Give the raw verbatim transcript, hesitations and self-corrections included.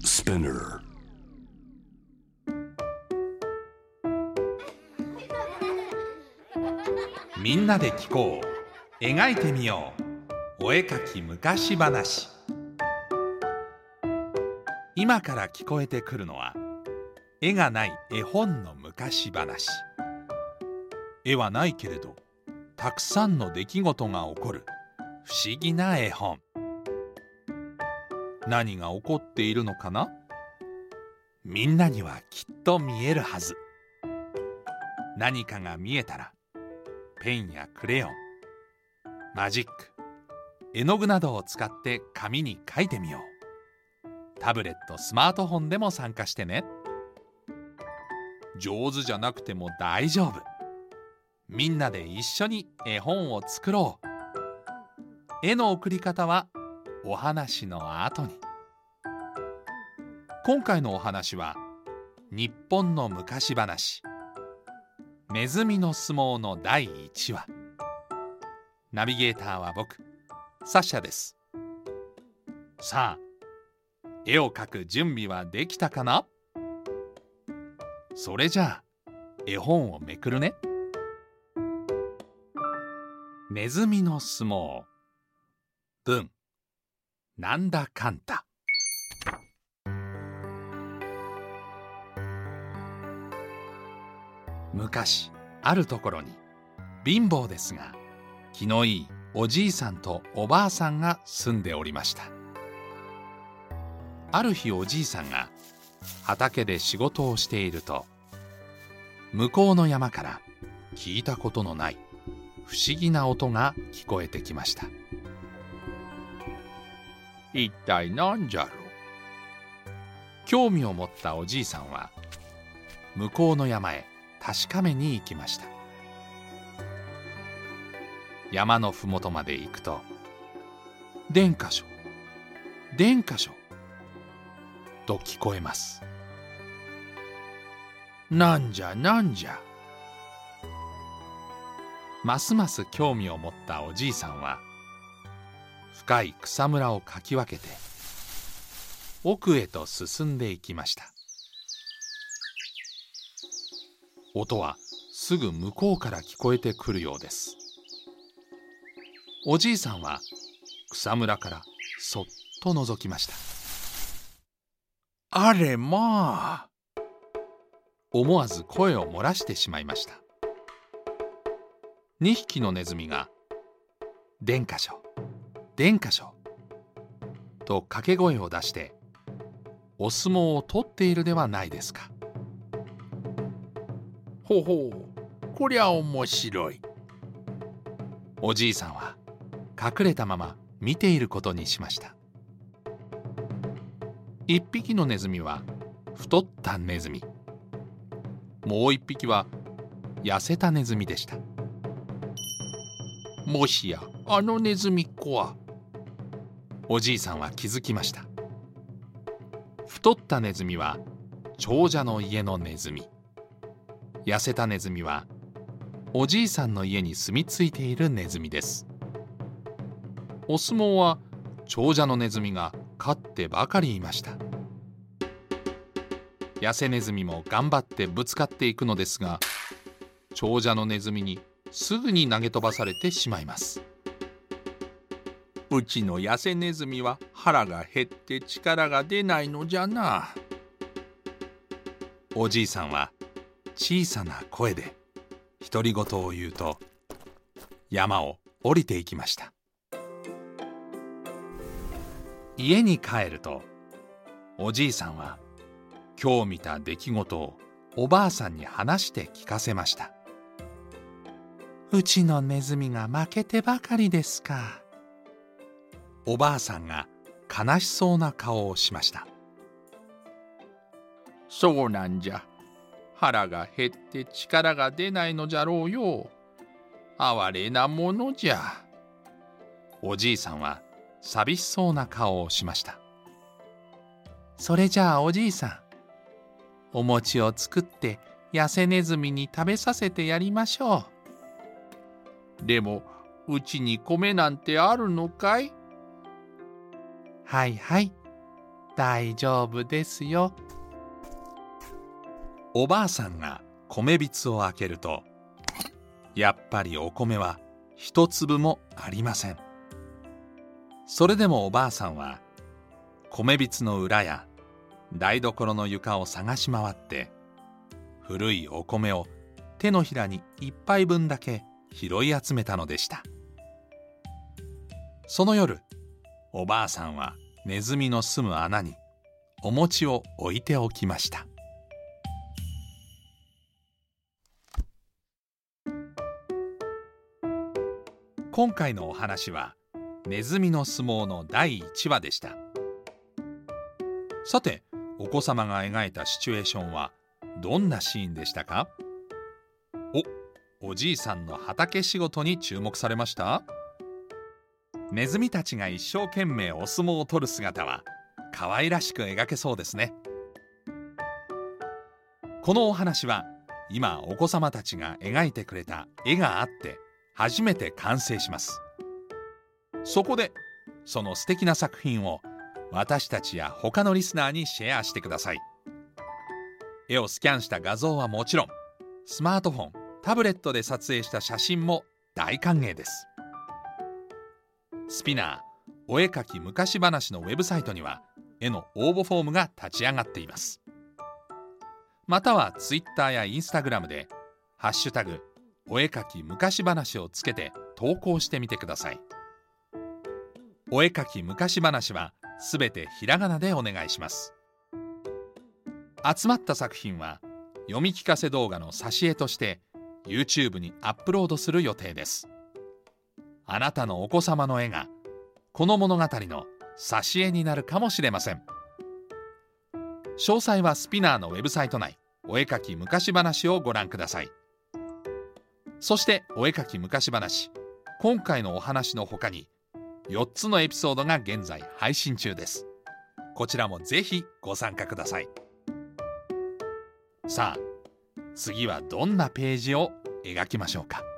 Spinner. みんなで聞こう、描いてみよう、お絵かき昔話。今から聞こえてくるのは、絵がない絵本の昔話。絵はないけれど、たくさんの出来事が起こる不思議な絵本。何が起こっているのかな？みんなにはきっと見えるはず。何かが見えたら、ペンやクレヨン、マジック、絵の具などを使って紙に書いてみよう。タブレット、スマートフォンでも参加してね。上手じゃなくても大丈夫。みんなで一緒に絵本を作ろう。絵の送り方はお話の後に。今回のお話は日本の昔話、ネズミの相撲のだいいちわ。ナビゲーターは僕、サッシャです。さあ、絵を描く準備はできたかな？それじゃあ絵本をめくるね。ネズミの相撲。文、なんだかんだ。昔あるところに貧乏ですが気のいいおじいさんとおばあさんが住んでおりました。ある日おじいさんが畑で仕事をしていると、向こうの山から聞いたことのない不思議な音が聞こえてきました。一体何じゃろう。興味を持ったおじいさんは向こうの山へ確かめに行きました。山のふもとまで行くと、伝箇所、伝箇所と聞こえます。なんじゃなんじゃ。ますます興味を持ったおじいさんは深い草むらをかき分けて奥へと進んでいきました。音はすぐ向こうから聞こえてくるようです。おじいさんは草むらからそっと覗きました。あれまあ、思わず声を漏らしてしまいました。にひきのネズミが伝箇所、伝箇所と掛け声を出してお相撲を取っているではないですか。ほほう、こりゃ面白い。おじいさんは隠れたまま見ていることにしました。一匹のネズミは太ったネズミ、もう一匹は痩せたネズミでした。もしやあのネズミっ子は、おじいさんは気づきました。太ったネズミは長者の家のネズミ、痩せたネズミはおじいさんの家に住み着いているネズミです。お相撲は長者のネズミが勝ってばかりいました。痩せネズミも頑張ってぶつかっていくのですが、長者のネズミにすぐに投げ飛ばされてしまいます。うちの痩せネズミは腹が減って力が出ないのじゃな。おじいさんは小さな声で独り言を言うと、山を降りていきました。家に帰ると、おじいさんは今日見た出来事をおばあさんに話して聞かせました。うちのネズミが負けてばかりですか。おばあさんが悲しそうな顔をしました。そうなんじゃ。腹が減って力が出ないのじゃろうよ。哀れなものじゃ。おじいさんは寂しそうな顔をしました。それじゃあおじいさん、お餅を作って痩せネズミに食べさせてやりましょう。でもうちに米なんてあるのかい？はいはい、 大丈夫ですよ。おばあさんが米びつを開けると、やっぱりお米は一粒もありません。それでもおばあさんは米びつの裏や台所の床を探し回って、古いお米を手のひらに一杯分だけ拾い集めたのでした。その夜、おばあさんはネズミの住む穴にお餅を置いておきました。今回のお話はネズミの相撲のだいいちわでした。さて、お子様が描いたシチュエーションはどんなシーンでしたか？お、おじいさんの畑仕事に注目されました？ネズミたちが一生懸命お相撲を取る姿は可愛らしく描けそうですね。このお話は今お子様たちが描いてくれた絵があって初めて完成します。そこでその素敵な作品を私たちや他のリスナーにシェアしてください。絵をスキャンした画像はもちろん、スマートフォン、タブレットで撮影した写真も大歓迎です。スピナーお絵描き昔話のウェブサイトには絵の応募フォームが立ち上がっています。またはツイッターやインスタグラムでハッシュタグお絵描き昔話をつけて投稿してみてください。お絵描き昔話はすべてひらがなでお願いします。集まった作品は読み聞かせ動画の挿絵として YouTube にアップロードする予定です。あなたのお子様の絵がこの物語の挿絵になるかもしれません。詳細はスピナーのウェブサイト内お絵描き昔話をご覧ください。そしてお絵描き昔話、今回のお話の他によっつのエピソードが現在配信中です。こちらもぜひご参加ください。さあ、次はどんなページを描きましょうか。